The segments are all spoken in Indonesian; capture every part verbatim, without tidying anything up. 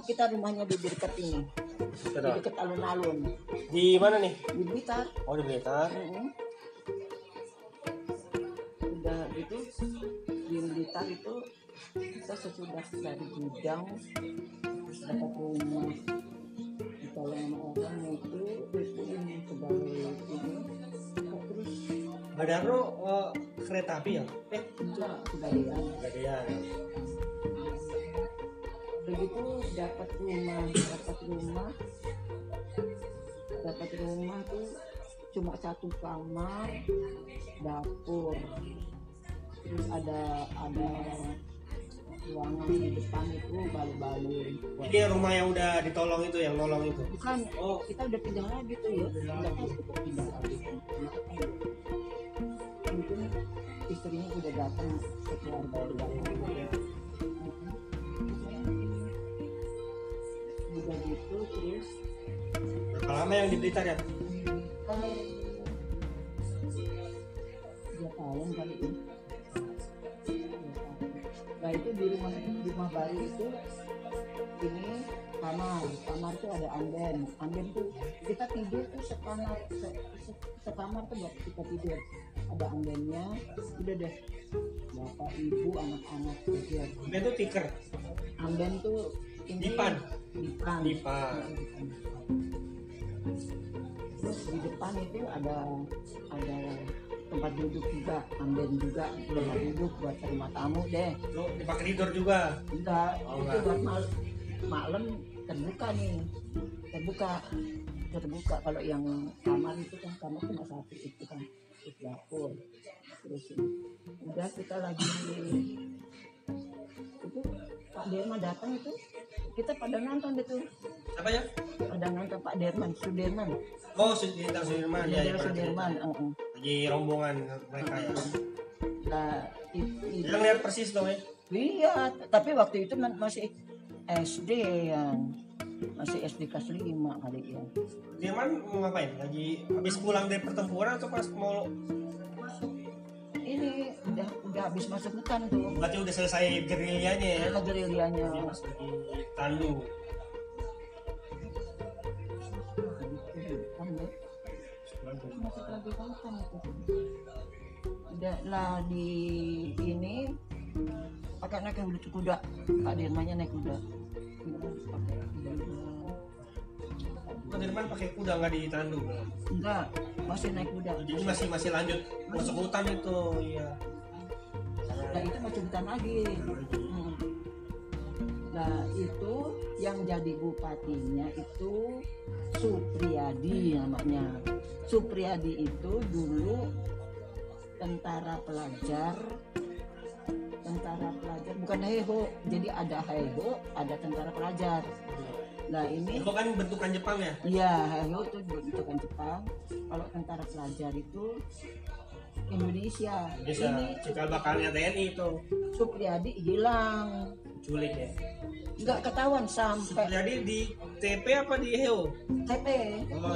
kita rumahnya di dekat ini, di dekat alun-alun. Di mana nih? Di Blitar. Oh di Blitar. Mm-hmm. Udah gitu di Blitar itu kita sesudah dari gudang dapat rumah ditolong sama orang itu itu ini pegawai ini terus Mbak Darno uh, kereta api ya? Eh enggak pegadaian. Pegadaian. Begitu dapat rumah dapat rumah dapat rumah tuh cuma satu kamar dapur terus ada ada ruangan di depan itu balu-balu. Ini rumah yang udah ditolong itu, yang nolong itu? Bukan, oh kita udah pindah lagi tuh ya, udah kita pindah lagi. Mungkin istrinya udah datang sekeluarga udah udah gitu terus. Berapa lama yang di Blitar ya? Dua tahun kali ini. Nah itu di rumah di rumah baru itu ini kamar kamar tuh ada anden anden tuh kita tidur tuh sekamar se, se, sekamar tuh buat kita tidur ada andennya udah deh bapak ibu anak-anak tidur. Anden tuh tiker. Anden tuh ini dipan dipan dipan. Terus di depan itu ada ada tempat duduk juga, anden juga tempat duduk buat rumah tamu deh. Lo dipakai tidur juga? Enggak, oh, itu buat mal malam terbuka nih, terbuka, terbuka. Kalau yang kamar itu kan kamar cuma satu itu kan, itu dapur. Terus udah kita lagi itu Pak Derman datang itu, kita pada nonton itu. Apa ya? Pada nonton Pak Derman, Sudirman. Oh, Sudirman, Sudirman ya. Ya, Sudirman. Uh-uh. Lagi rombongan mereka ya. Nah, itu. Yang lihat persis dong ya? Iya, tapi waktu itu masih S D yang masih S D kelas lima kali ya. Sudirman mau ngapain? Lagi habis pulang dari pertempuran atau pas mau masuk? Ini udah udah habis masuk hutan tuh. Berarti udah selesai gerilyanya ya? Nah, gerilyanya. Dia masuk di Tandu. Masuk lagi ke hutan itu. Udah lah di ini pakai naik yang lucu kuda. Pak Dirmannya naik kuda. Pak Dirman pakai kuda nggak di Tandu? Enggak, masih naik kuda. Jadi masih masih lanjut masuk hutan itu, iya. Nah itu masuk hutan lagi. Hmm. Nah itu yang jadi bupatinya itu Supriyadi namanya. Supriyadi itu dulu tentara pelajar, tentara pelajar bukan Heiho, jadi ada Heiho, ada tentara pelajar. Nah ini itu kan bentukan Jepang ya? Iya, Heiho itu bentukan Jepang. Kalau tentara pelajar itu Indonesia. Bisa cikal bakalnya T N I itu. Supriyadi hilang, Culik ya? nggak ketahuan sampai. Jadi di T P apa di Heiho? T P. Oh,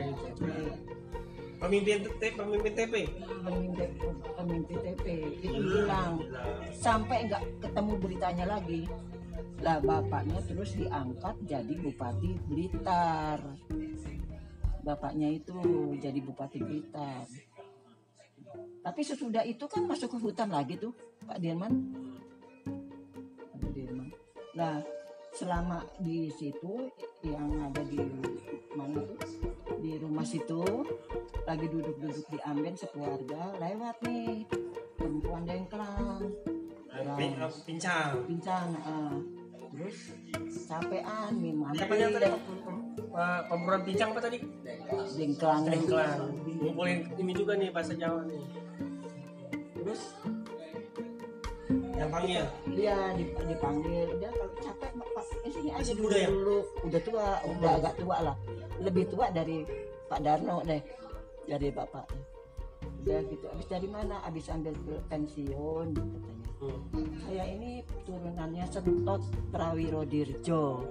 pemimpin T pemimpin T P. Pemimpin, pemimpin T P itu hilang sampai nggak ketemu beritanya lagi. Lah bapaknya terus diangkat jadi Bupati Blitar. Bapaknya itu jadi Bupati Blitar. Tapi sesudah itu kan masuk ke hutan lagi tuh Pak Dirman. Pak Dirman. Nah selama di situ yang ada di mana tuh di rumah situ lagi duduk-duduk di amben sekeluarga lewat nih perempuan dengklang pincang pincang uh. Terus capean nih siapa yang tadi perempuan pincang apa tadi? Dengklang dengklang ngumpulin ini juga nih bahasa Jawa nih. Terus yang panggil dia dipanggil dia kalau capek Pak sini aja dulu, ya? dulu udah tua udah agak tua lah lebih tua dari Pak Darno deh dari bapak udah gitu abis dari mana abis ambil pensiun katanya hmm. Saya ini turunannya Sentot Prawiro Dirjo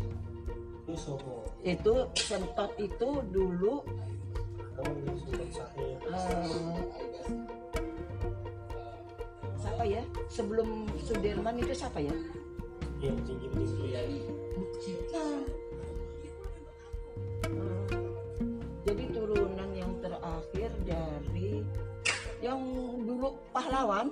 itu Sentot itu dulu uh, siapa ya sebelum Sudirman itu siapa ya Iya, tinggi betul ya. Bukan. Nah, jadi turunan yang terakhir dari yang dulu pahlawan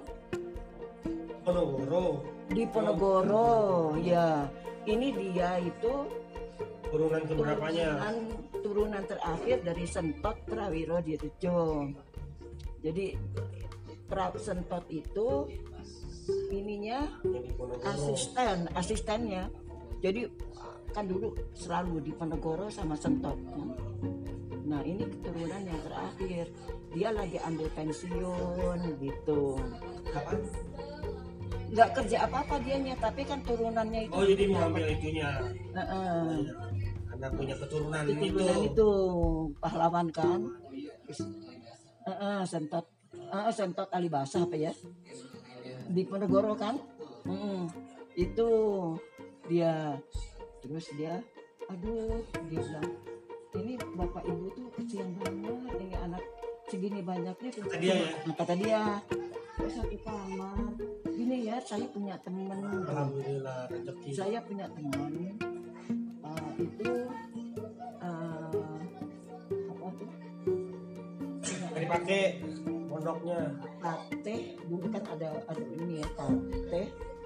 Ponorogo. di Ponorogo, ya. Ini dia itu Turunan keberapanya? turunan, turunan terakhir dari Sentot Prawiro Dirjo. Jadi pra, Sentot itu ininya Yang di Ponorogo. asisten, asistennya. Jadi kan dulu selalu di Ponorogo sama Sentot. Nah ini keturunan yang terakhir. Dia lagi ambil pensiun gitu. Kapan? Nggak kerja apa-apa dianya, tapi kan turunannya itu. Oh jadi mau ambil itunya. Heeh. Karena punya keturunan, Keturunan itu. itu pahlawan kan. Heeh, Sentot. Heeh, Sentot Alibasa apa ya? Di Ponorogo kan? Mm, itu dia. Terus dia, aduh, dia bilang, ini bapak ibu tuh kesian banget, ini anak segini banyaknya. Kata dia ya? Nah, kata dia, "Oh, satu kamar. Gini ya, saya punya teman. Alhamdulillah rezeki. Saya punya teman. Uh, itu uh, apa tuh? Nggak dipakai pondoknya. Pateh, dulu kan ada ada ini ya, pateh.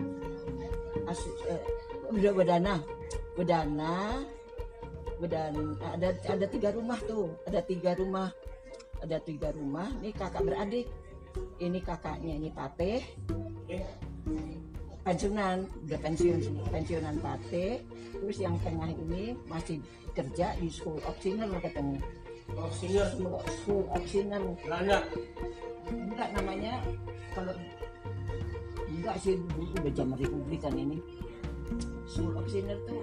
Asis, eh, udah bedana, bedana, bedan. Ada ada tiga rumah tuh, ada tiga rumah, ada tiga rumah. Ini kakak beradik. Ini kakaknya ini pateh. Oke. Pensiunan, udah pensiun, pensiunan Pate. Terus yang tengah ini masih kerja di school optional katanya. Oh senior. School, school optional. Belanda. Enggak namanya, kalau enggak sih dulu udah zaman Republik kan ini. School optional tuh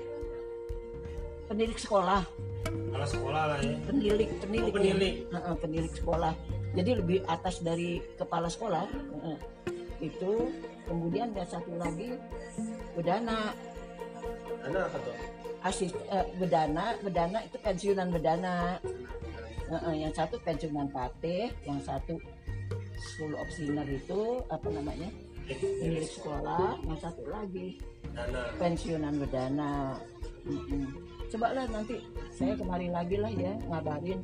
penilik sekolah, Kepala sekolah lah ya. penilik, penilik, Oh, penilik. Ya. Heeh, penilik sekolah. Jadi lebih atas dari kepala sekolah. Heeh. Itu kemudian ada satu lagi bedana. Mana apa tuh? Asis eh, bedana, bedana itu pensiunan bedana. Eh, eh, yang satu pensiunan Pateh, yang satu school of Sinar itu apa namanya? Pemilik sekolah, yang satu lagi Dana. pensiunan bedana. Mm-mm. Coba lah nanti saya kemari lagi lah ya ngabarin.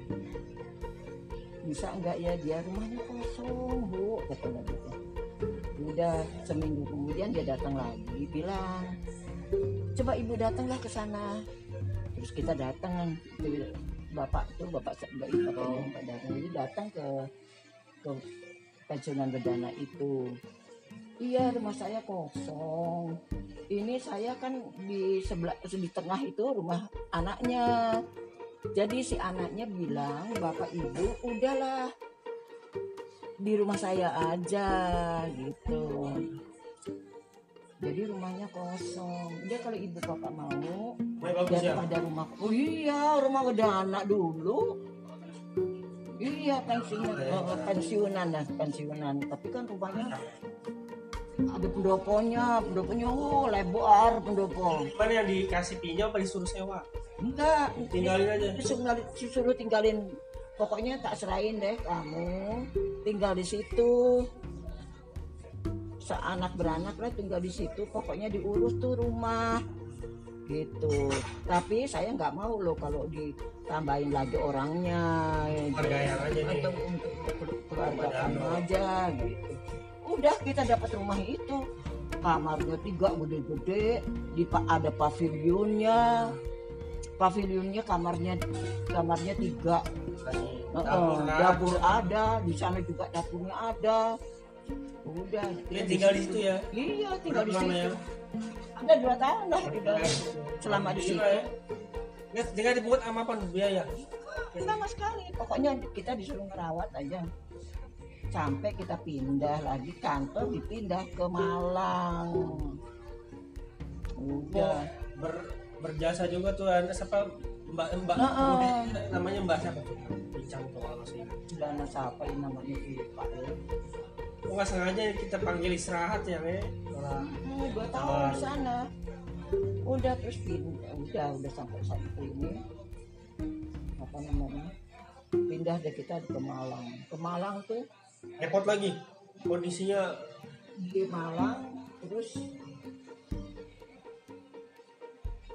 Bisa enggak ya, dia rumahnya kosong bu, katanya gitu. Udah seminggu kemudian dia datang lagi bilang, coba ibu datanglah ke sana. Terus kita datang, bapak tuh bapak mbak ibu bapak datang, jadi datang ke ke pensiunan bedana itu. Iya rumah saya kosong. Ini saya kan di sebelah di tengah itu rumah anaknya. Jadi si anaknya bilang bapak ibu udahlah di rumah saya aja gitu. Jadi rumahnya kosong. Dia kalau ibu bapak mau Mai bagus ya. daripada rumah. Oh iya rumah bedana dulu. Iya pensiunan, oh, pensiunan lah pensiunan. Tapi kan rumahnya ada pendoponya, pendoponya oh lebar pendopo. Mana yang dikasih pinjam apa disuruh sewa? Enggak, Tinggalin aja. disuruh, disuruh tinggalin. Pokoknya tak serahin deh kamu tinggal di situ. Seanak beranak lah tinggal di situ. Pokoknya diurus tuh rumah gitu. Tapi saya nggak mau loh kalau ditambahin lagi orangnya. Keluarga yang aja nih. Atau untuk keluarga kamu aja gitu. Udah kita dapat rumah itu. Kamarnya tiga gede-gede, di ada pavilionnya. Pavilionnya kamarnya kamarnya tiga. Dapur, Uh, kan? dapur ada, di sana juga dapurnya ada. Udah. Dia tinggal di situ ya. Iya, tinggal di Berapa lama situ. ya? Ada dua tahun lah tinggal selama di situ. Gila ya. Nggak, tinggal dibuat sama apa biaya? Sama sekali. Pokoknya kita disuruh ngerawat aja. Sampai kita pindah lagi kantor dipindah ke Malang. Udah. Ber, berjasa juga tuh Anda siapa Mbak Mbak Heeh. Budi, namanya Mbak siapa tuh? Bincang tuh kalau sih. Dana siapa ini namanya lupa ya. Kok nggak sengaja kita panggil istirahat ya, Me? Malah Hmm, dua tahun di sana. Udah terus pindah, udah udah sampai satu ini apa namanya pindah deh kita ke Malang. Ke Malang tuh repot lagi kondisinya. di Malang terus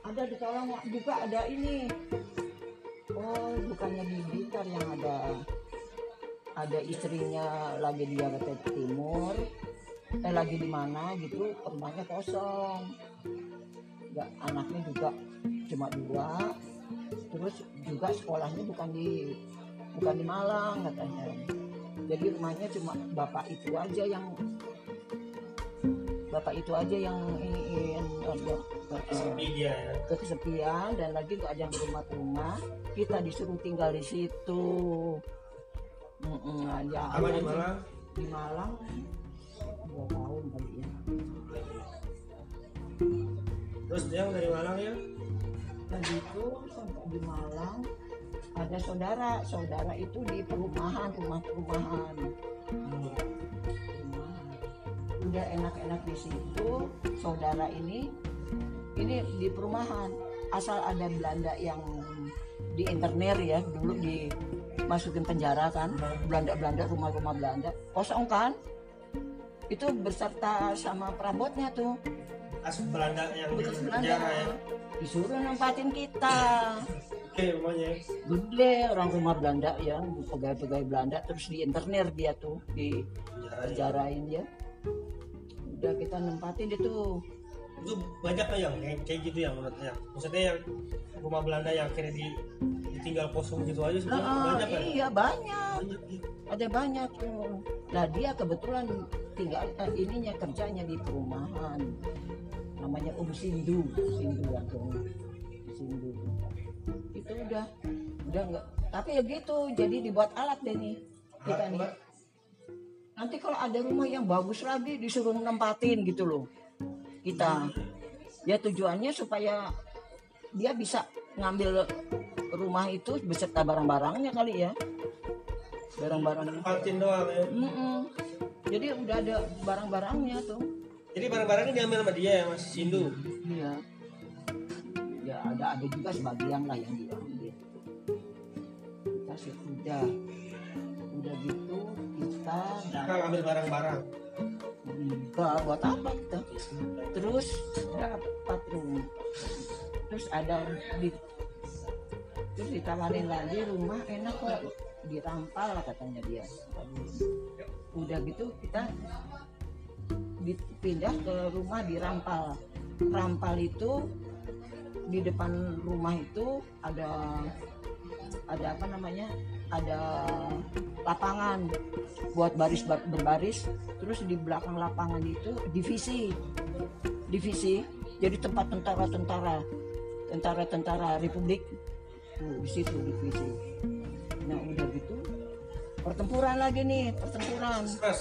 ada di Karawang juga ada ini. Oh, bukannya di Blitar yang ada ada istrinya lagi di Jakarta Timur, eh lagi di mana gitu, rumahnya kosong. Enggak, anaknya juga cuma dua. Terus juga sekolahnya bukan di bukan di Malang katanya. Jadi rumahnya cuma bapak itu aja yang bapak itu aja yang ini ada Sepi dia ya. kesepian dan lagi nggak ada yang rumah-rumah. Kita disuruh tinggal di situ. Mm-mm, aja Sama di Malang. di Malang dua tahun kali ya. Terus dia dari Malang ya. Dan itu sampai di Malang ada saudara, saudara itu di perumahan, rumah perumahan. Udah enak-enak di situ, saudara ini ini di perumahan. Asal ada Belanda yang di interner ya, dulu dimasukin penjara kan, Belanda-Belanda, rumah-rumah Belanda kosong kan, itu beserta sama perabotnya tuh. As Belanda yang di Bekas Belanda penjara ya. disuruh nempatin kita. Oke rumahnya. Gede orang rumah Belanda ya, pegawai-pegawai Belanda, terus di interner dia tuh, di penjarain ya. Udah kita nempatin itu. Itu banyak lah yang kayak, kayak gitu yang menurutnya. Maksudnya yang rumah Belanda yang akhirnya di, ditinggal kosong gitu aja sebenarnya Nah, banyak kan? iya banyak, Banyak ya. ada banyak tuh. Nah dia kebetulan tinggal eh, ininya kerjanya di perumahan, namanya Om Sindu, Sindu ya tuh, Sindu. Itu udah, udah enggak. Tapi ya gitu, jadi dibuat alat deh nih kita nih. Alat, Nanti kalau ada rumah yang bagus lagi disuruh nempatin gitu loh kita. Ya tujuannya supaya dia bisa ngambil rumah itu beserta barang-barangnya kali ya. Barang-barangnya. Nempatin doang ya. Mm-mm. Jadi udah ada barang-barangnya tuh. Jadi barang-barangnya diambil sama dia ya Mas Sindu. Iya. Ya ada ada juga sebagian lah yang diambil. Kita sih udah udah gitu kita Kita ngambil barang-barang. enggak buat apa kita. Terus dapat rumah. Terus ada di terus ditawarin lagi rumah enak kok, dirampal katanya dia. Udah gitu kita dipindah ke rumah di Rampal. Rampal itu di depan rumah itu ada ada apa namanya, ada lapangan buat baris bar- berbaris. Terus di belakang lapangan itu divisi divisi jadi tempat tentara-tentara tentara-tentara Republik tuh di situ divisi. Nah udah gitu pertempuran lagi nih, pertempuran. Mas,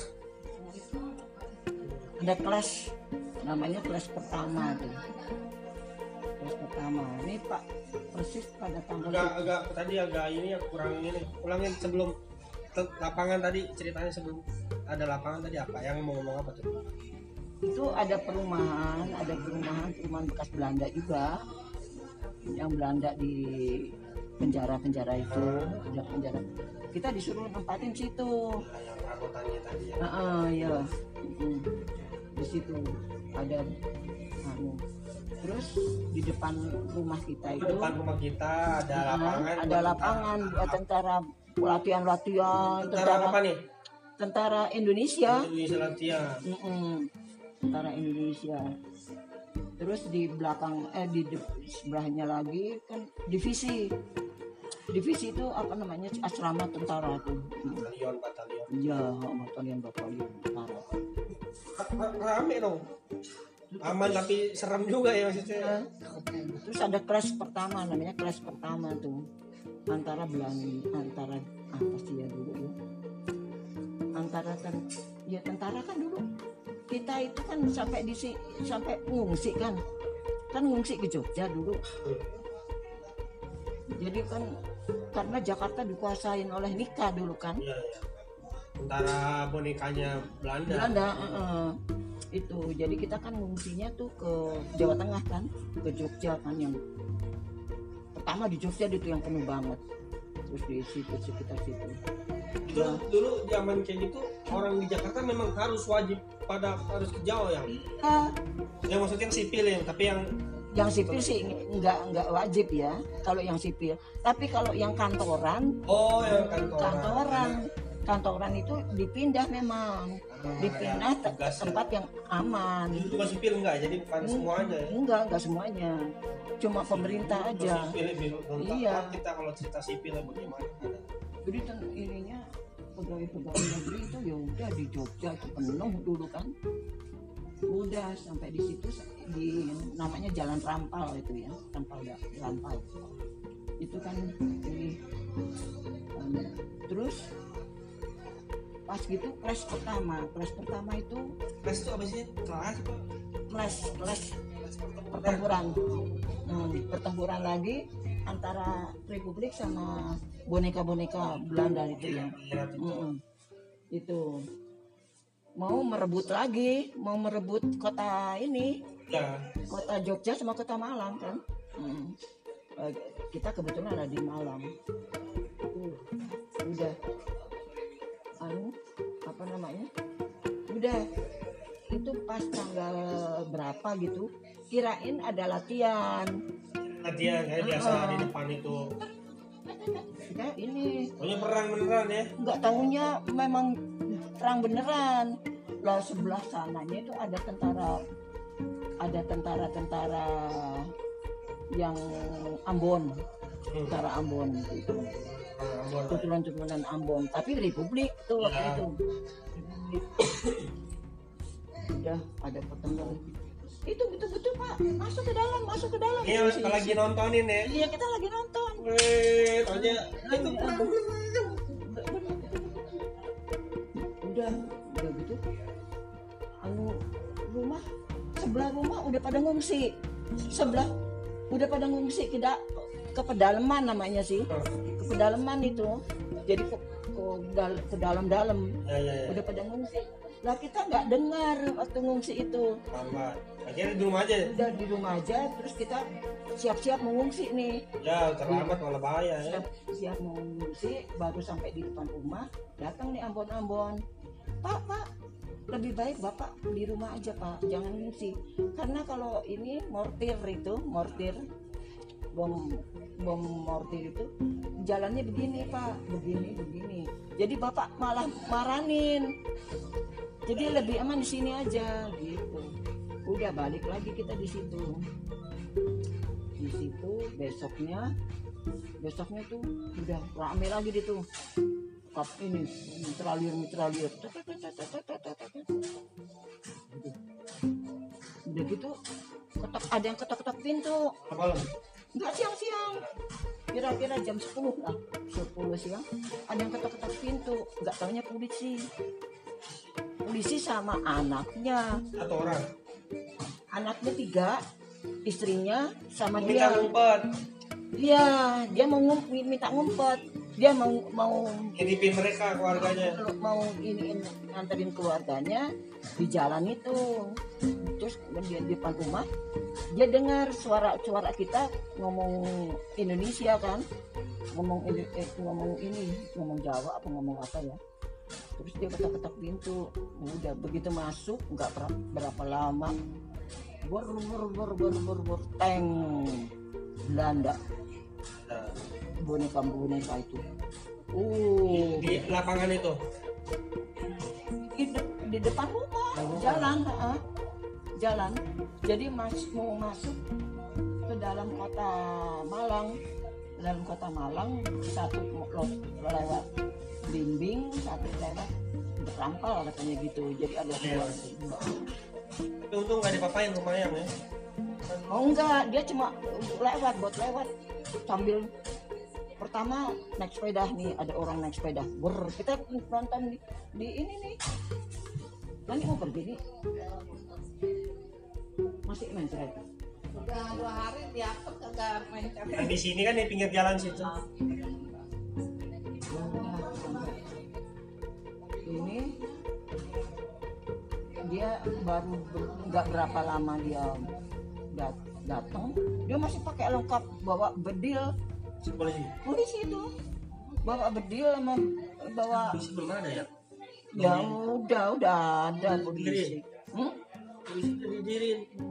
Ada kelas namanya kelas pertama tuh, kelas pertama ini Pak persis pada tanggal agak agak tadi agak ini ya kurang ini. Ulangin sebelum te- lapangan tadi, ceritanya sebelum ada lapangan tadi apa yang mau ngomong apa tuh? itu ada perumahan, ada perumahan perumahan bekas Belanda juga, yang Belanda di penjara-penjara itu, ada penjara. Kita disuruh nempatin situ. Nah, yang perabotannya tadi ya. Heeh, ya. Mm. Di situ ada anu. Terus di depan rumah kita Di itu depan rumah kita ada Nah, lapangan. ada buat lapangan tentara. buat tentara latihan-latihan Tentara tentara apa nih? tentara Indonesia. Indonesia latihan. Mm-mm. Tentara Indonesia. Terus di belakang eh di de- sebelahnya lagi kan divisi. Divisi itu apa namanya, asrama tentara tuh. Batalion, batalion. Iya, batalion batalion tentara. Ra- Rame dong. Aman tapi serem juga ya maksudnya. Terus ada kelas pertama, namanya kelas pertama tuh antara Belanda, antara apa sih ya dulu ya, antara ten, ya tentara kan dulu kita itu kan sampai di si, sampai ngungsi kan kan ngungsi ke Jogja dulu. Jadi kan karena Jakarta dikuasain oleh Nika dulu kan, Iya, iya. Tentara bonekanya Belanda. Belanda uh, itu. Jadi kita kan ngungsinya tuh ke Jawa Tengah kan, ke Jogja kan, yang pertama di Jogja itu yang penuh banget. Terus di situ sekitar situ. Itu dulu zaman kayak gitu orang di Jakarta memang harus wajib pada harus ke Jawa yang Iya, yang maksudnya yang sipil yang tapi yang Yang sipil sih nggak nggak wajib ya kalau yang sipil. Tapi kalau yang kantoran, Oh, yang kantoran. kantoran, kantoran itu dipindah memang, Hmm, dipindah ya, ke tugas ya. tempat yang aman. Itu tugas sipil enggak? Jadi bukan semuanya ya. Enggak, enggak semuanya. Cuma pemerintah aja. Sipil itu Iya. kita kalau cerita sipil bagaimana ada. Jadi ten, ininya pegawai-pegawai negeri itu ya udah di Jogja itu penuh dulu kan. Udah sampai di situ di namanya Jalan Rampal itu ya, Rampal ya, Rampal. Itu kan ini um, terus pas gitu kelas pertama, kelas pertama itu Kelas itu apa sih? Kelas apa? kelas kelas pertempuran, hmm, pertempuran lagi antara Republik sama boneka-boneka Belanda itu ya. Mm-mm. Itu mau merebut lagi, mau merebut kota ini, Ya. kota Jogja sama kota Malang kan. Mm. Eh, kita kebetulan ada di Malang. Itu udah, anu apa namanya? Udah itu pas tanggal berapa gitu, kirain ada latihan. Latihan kayak biasa Ah. di depan itu. Ya ini Pokoknya perang beneran ya. nggak tahunya memang perang beneran. Lah sebelah sananya itu ada tentara, ada tentara-tentara yang Ambon, Hmm. tentara Ambon itu, Ah, Ambon. turunan-turunan Ambon, tapi Republik tuh waktu Ya. itu. Republik. Udah ada pertemuan. Itu betul-betul Pak, masuk ke dalam, masuk ke dalam. Iya, Isi- lagi nontonin ya. Iya kita lagi nonton. Wih, taunya itu perang. Udah udah gitu anu rumah sebelah rumah udah pada ngungsi, sebelah udah pada ngungsi ke da- ke pedalaman namanya sih, ke pedalaman itu, jadi ke ke, dal- ke dalam-dalam Ya, ya, ya. udah pada ngungsi. Lah kita nggak dengar waktu ngungsi itu, Lambat. Akhirnya di rumah aja. udah di rumah aja, terus kita siap-siap mengungsi nih. Ya, terlambat malah bahaya ya. siap, siap mengungsi, baru sampai di depan rumah datang nih Ambon-Ambon. Pak, Pak, lebih baik Bapak di rumah aja Pak, jangan ngungsi. Karena kalau ini mortir itu, mortir, bom bom mortir itu jalannya begini Pak, begini begini. Jadi Bapak malah maranin. Jadi lebih aman di sini aja gitu. Udah balik lagi kita di situ. Di situ besoknya besoknya tuh udah rame lagi di tuh. Kap ini mitralir mitralir. Udah gitu ketok, ada yang ketok-ketok pintu. Apa lagi? Enggak siang-siang. Kira-kira jam sepuluh lah, sepuluh siang. Ada yang ketok-ketok pintu, enggak taunya polisi. Polisi sama anaknya. Satu orang. Anaknya tiga, istrinya sama Minta dia. ngumpet. Iya, dia mau ngum- minta ngumpet. Dia mau mau Ngintipin mereka keluarganya. mau ini nganterin keluarganya di jalan itu. Terus dia di depan rumah, dia dengar suara-suara kita ngomong Indonesia kan, ngomong ini, eh, ngomong ini, ngomong Jawa apa ngomong apa ya. Terus dia ketok-ketok pintu. Udah begitu masuk, nggak ber- berapa lama, bor bor bor bor bor bor tank Belanda, Nah, boneka-boneka itu. Uh, di lapangan itu. di, de- di depan rumah, jalan, ah, jalan. Jadi mas mau masuk ke dalam kota Malang, dalam kota Malang, satu mau lo- lewat Blimbing, satu lewat Rampal katanya gitu. Jadi ada dua. Tapi untung nggak dipapain lumayan ya. Oh enggak, dia cuma lewat, buat lewat sambil pertama naik sepeda nih, ada orang naik sepeda. Ber, kita nonton di, di ini nih. Nanti mau pergi nih. Masih main kereta. Udah dua hari diapet kagak main Yang capek. di sini kan di pinggir jalan situ. Ini dia baru ber- nggak berapa lama dia dat- datang, dia masih pakai lengkap, bawa bedil. Si polisi. Polisi itu bawa bedil sama bawa, Polisi belum ada ya? ya udah udah ada polisi. Hmm? Polisi udah didirin.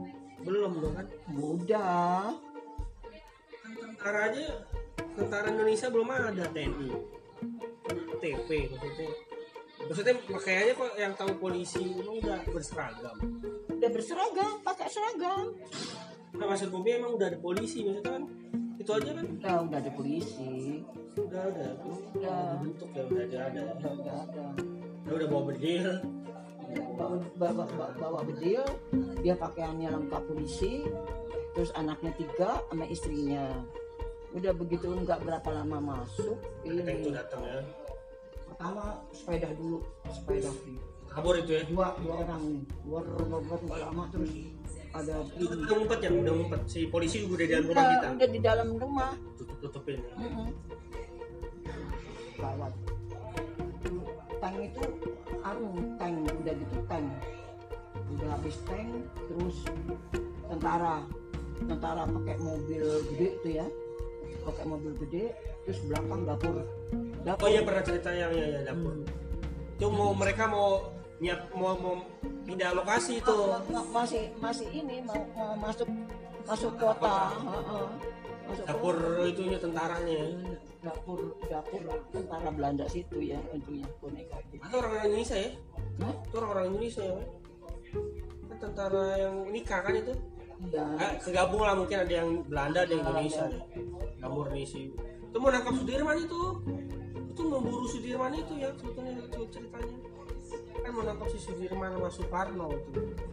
belum dong kan? Udah. Kan tentara aja, tentara Indonesia belum ada T N I, T P maksudnya. Maksudnya kayaknya kok yang tahu polisi emang udah berseragam. Udah berseragam, pakai seragam. Nah, maksud mobil emang udah ada polisi maksudnya kan? Itu aja kan? Udah, udah ada polisi. Udah ada, Udah. dibentuk ya udah ada, ada. Udah, udah ada. Udah, udah bawa bedil. Bawa, bawa, bawa, bawa bedil, dia pakaiannya lengkap polisi, terus anaknya tiga sama istrinya. Udah begitu nggak berapa lama masuk Itu ini. datang ya. Pertama sepeda dulu, sepeda di Kabur itu ya. dua dua orang nih, dua robot nggak lama terus ada Itu ini. udah ngumpet ya, udah ngumpet. Si polisi juga udah di dalam rumah Udah, kita. udah di dalam rumah. Tutup-tutupin. Mm-mm. Gawat. Tank itu arung tank udah gitu tank udah habis tank terus tentara tentara pakai mobil gede tuh ya, pakai mobil gede terus belakang dapur dapur Oh iya pernah cerita yang ya, ya dapur. Itu mau mereka mau niat mau mau pindah lokasi itu. Ma- ma- masih masih ini mau, mau masuk masuk kota. Heeh. Masuk Dapur kota. itunya tentaranya. dapur dapur tentara Belanda situ ya itunya boneka itu. Atau orang Indonesia ya? Hah? Itu orang-orang Indonesia ya? Kan tentara yang nikah kan itu? Ya. Eh, kegabung lah mungkin ada yang Belanda ada yang Indonesia. Nggak murni sih. Itu mau nangkap Sudirman itu. Itu memburu Sudirman itu ya sebetulnya itu ceritanya. Kan mau nangkap si Sudirman sama Soekarno itu.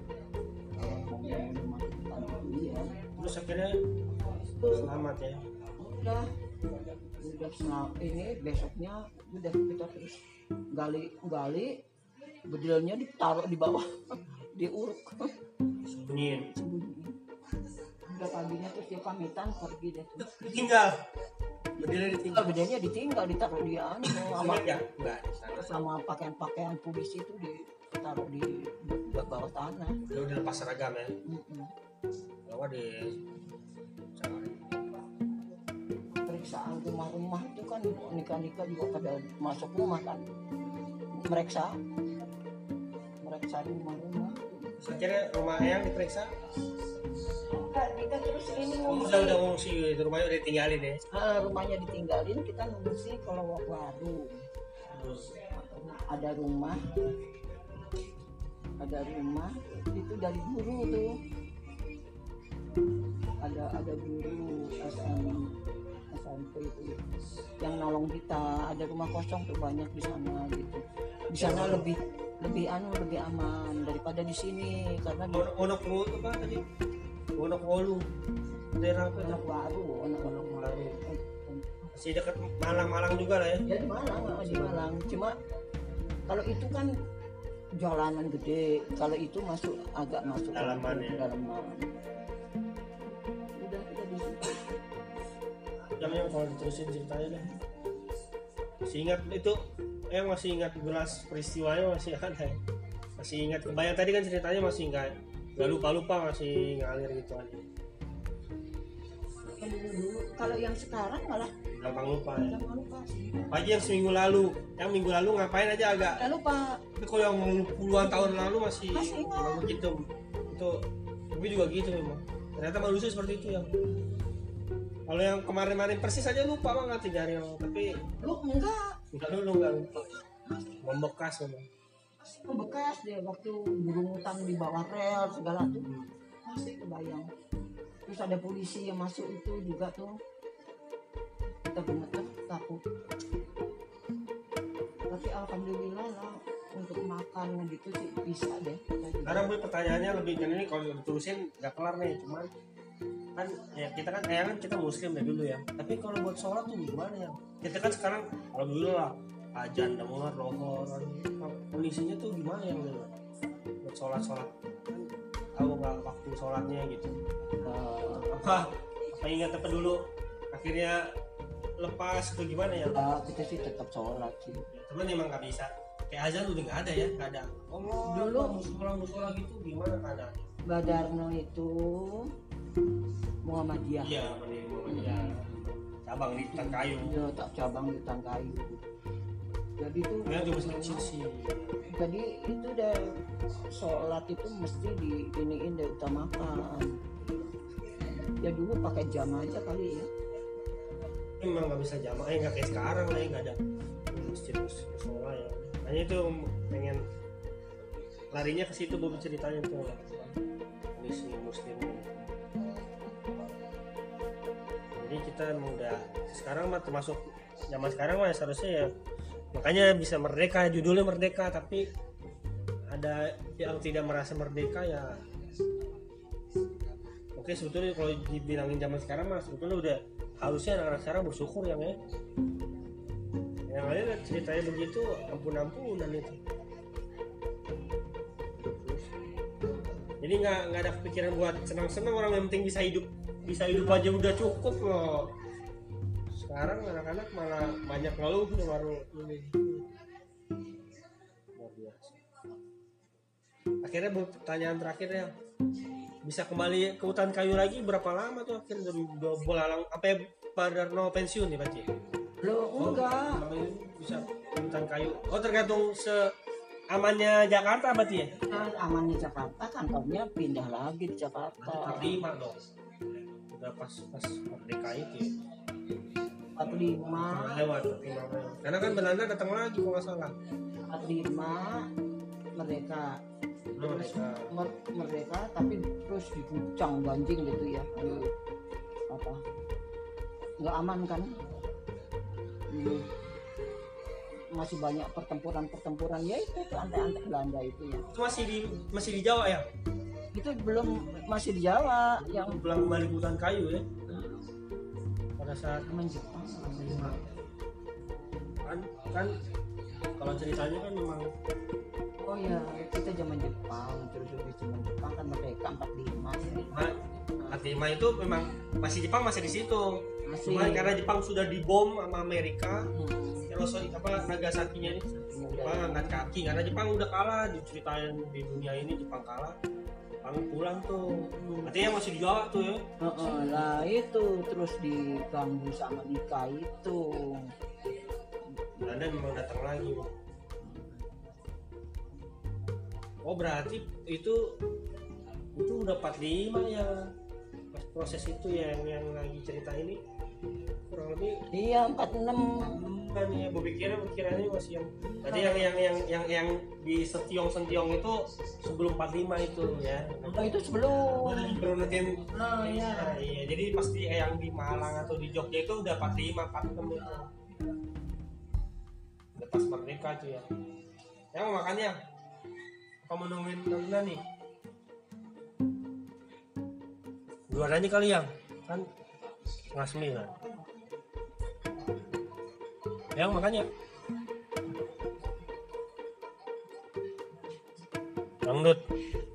Iya. Terus akhirnya selamat ya. Udah udah senang ini besoknya udah kita terus gali gali bedilnya ditaruh di bawah diuruk Sembunyiin. sembunyi. Udah paginya terus dia pamitan pergi deh tuh. Tinggal. Bedilnya Tinggal ditinggal. bedilnya ditinggal ditaruh di anu sama Ingat ya? Enggak. di sana. sama pakaian-pakaian polisi itu ditaruh di bawah tanah. Udah udah lepas seragam ya. Mm-mm. Kalau di cari. Periksaan rumah-rumah itu kan nikah-nikah juga pada masuk rumah kan meriksa meriksa rumah-rumah. Terus akhirnya rumah yang diperiksa. Kita, kita terus ini Oh, ngungsi. udah udah ngungsi itu rumahnya udah ditinggalin ya. Ah, rumahnya ditinggalin kita ngungsi ke Lowok Waru. Terus Ada rumah ada rumah itu dari guru tuh ada ada guru S M S M P itu yang nolong kita, ada rumah kosong tuh banyak di sana gitu. Di sana lebih lebih anu lebih aman daripada di sini karena di Onok Wolu apa tadi? Onok Wolu. Daerah apa itu? Lowok Waru, anak Onok Wolu. Waru. Masih dekat Malang-Malang juga lah ya. Ya di Malang, ah, di Malang. Cuma kalau itu kan jalanan gede, kalau itu masuk agak masuk Dalaman ke ya. dalaman. Udah kita di situ. Jamnya kalau diterusin ceritanya deh. Masih ingat itu, eh masih ingat jelas peristiwanya masih ada ya. Masih ingat kebayang tadi kan ceritanya masih enggak nggak lupa-lupa masih ngalir gitu aja. Kan dulu-dulu, kalau yang sekarang malah Gampang lupa ya. jangan lupa. Pagi yang seminggu lalu, yang minggu lalu ngapain aja agak. Jangan lupa. Tapi kalau yang puluhan tahun lalu masih Masih ingat. memang begitu. Itu gue juga gitu memang. Ternyata manusia seperti itu ya. Kalau yang kemarin-kemarin persis aja lupa banget tinggalnya, tapi Lu enggak, enggak dulu enggak lupa. Membekas memang. membekas deh waktu burung utang di bawah rel segala tuh masih kebayang. Terus ada polisi yang masuk itu juga tuh kita gemeter takut. Tapi alhamdulillah lah untuk makan gitu sih bisa deh. Sekarang gue pertanyaannya lebih kan ini kalau ditulisin nggak kelar nih, cuman kan ya kita kan kayak kan kita muslim ya dulu ya. Tapi kalau buat sholat tuh gimana ya? Kita kan sekarang alhamdulillah ajan udah mulai rohor, kondisinya tuh gimana ya dulu? Buat sholat sholat kan tahu nggak waktu sholatnya gitu? Uh, Apa apa ingat apa dulu? Akhirnya lepas atau gimana ya? ya, kita sih tetap sholat sih. Cuman emang nggak bisa. Kayak azan udah nggak ada ya, nggak ada. Allah, Dulu musola musola gitu gimana keadaan? Badarno itu Muhammadiyah. Iya, benar Muhammadiyah. Cabang di Tangkayu. Iya, tak cabang di Tangkayu. Jadi itu ya di masjid kecil sih. jadi itu udah sholat itu mesti di iniin deh, utamakan. Ya dulu pakai jam aja kali ya. Emang nggak bisa jamaah, eh nggak kayak sekarang lah ya, nggak ada masjid musola ya. Hanya itu pengen larinya ke situ, Bobi ceritanya tuh kondisi muslim. Jadi kita emang udah sekarang mah termasuk zaman sekarang mah seharusnya ya, makanya bisa merdeka, judulnya merdeka, tapi ada yang tidak merasa merdeka ya. Oke, sebetulnya kalau dibilangin zaman sekarang mah sebetulnya udah harusnya anak-anak sekarang bersyukur yang ya. Yang lain ceritanya begitu ampun-ampunan itu. Jadi nggak nggak ada kepikiran buat senang-senang, orang yang penting bisa hidup bisa hidup aja udah cukup loh. Sekarang anak-anak malah banyak ngeluh nih baru ini. Luar biasa. Akhirnya pertanyaan terakhir ya, bisa kembali ke hutan kayu lagi berapa lama tuh akhirnya dari dua bulalang sampai pada no pensiun nih Pak Ci? Lo enggak. Oh, bisa hutan kayu. Oh tergantung se amannya Jakarta berarti ya? Kan amannya Jakarta, kantornya pindah lagi di Jakarta. empat puluh lima dong. Udah pas pas merdeka itu ya. empat puluh lima. Pernah lewat empat puluh lima lewat. Karena kan Belanda datang lagi kalau nggak salah. empat puluh lima mereka. Oh, Terus mereka. mer- mereka tapi terus diguncang banjing gitu ya. Aduh, apa? Nggak aman kan? Hmm. Masih banyak pertempuran-pertempuran ya itu tuh antek-antek Belanda itu ya. Itu masih di masih di Jawa ya? Itu belum, masih di Jawa yang Pulang kembali ke hutan kayu ya. Pada saat zaman Jepang. kan kan kalau ceritanya kan memang Oh ya, kita zaman Jepang, terus habis zaman Jepang kan mereka empat puluh lima ya. Ma- empat puluh lima itu memang masih Jepang masih di situ. Masih. Cuma karena Jepang sudah dibom sama Amerika, Hmm. Hiroshima apa Nagasakinya ini Jepang angkat kaki karena Jepang udah kalah, diceritain di dunia ini Jepang kalah. Jepang pulang tuh. Artinya masih di Jawa tuh ya. Heeh, lah itu terus diganggu sama Nika itu. Belanda memang datang lagi. Oh berarti itu itu udah empat puluh lima ya pas proses itu ya yang yang lagi cerita ini kurang lebih Iya, empat puluh enam. kan ya. Gue pikirnya pikirannya masih yang tadi yang yang yang yang yang di Sentiong Sentiong itu sebelum empat puluh lima itu ya. Oh, itu sebelum. Baru nanti Nah, iya. iya jadi pasti yang di Malang atau di Jogja itu udah empat puluh lima empat puluh enam itu udah pas merdeka tuh ya. Yang makannya apa menungguin nonton nih? Dua aja kali yang kan setengah sembilan. Yang makanya dangdut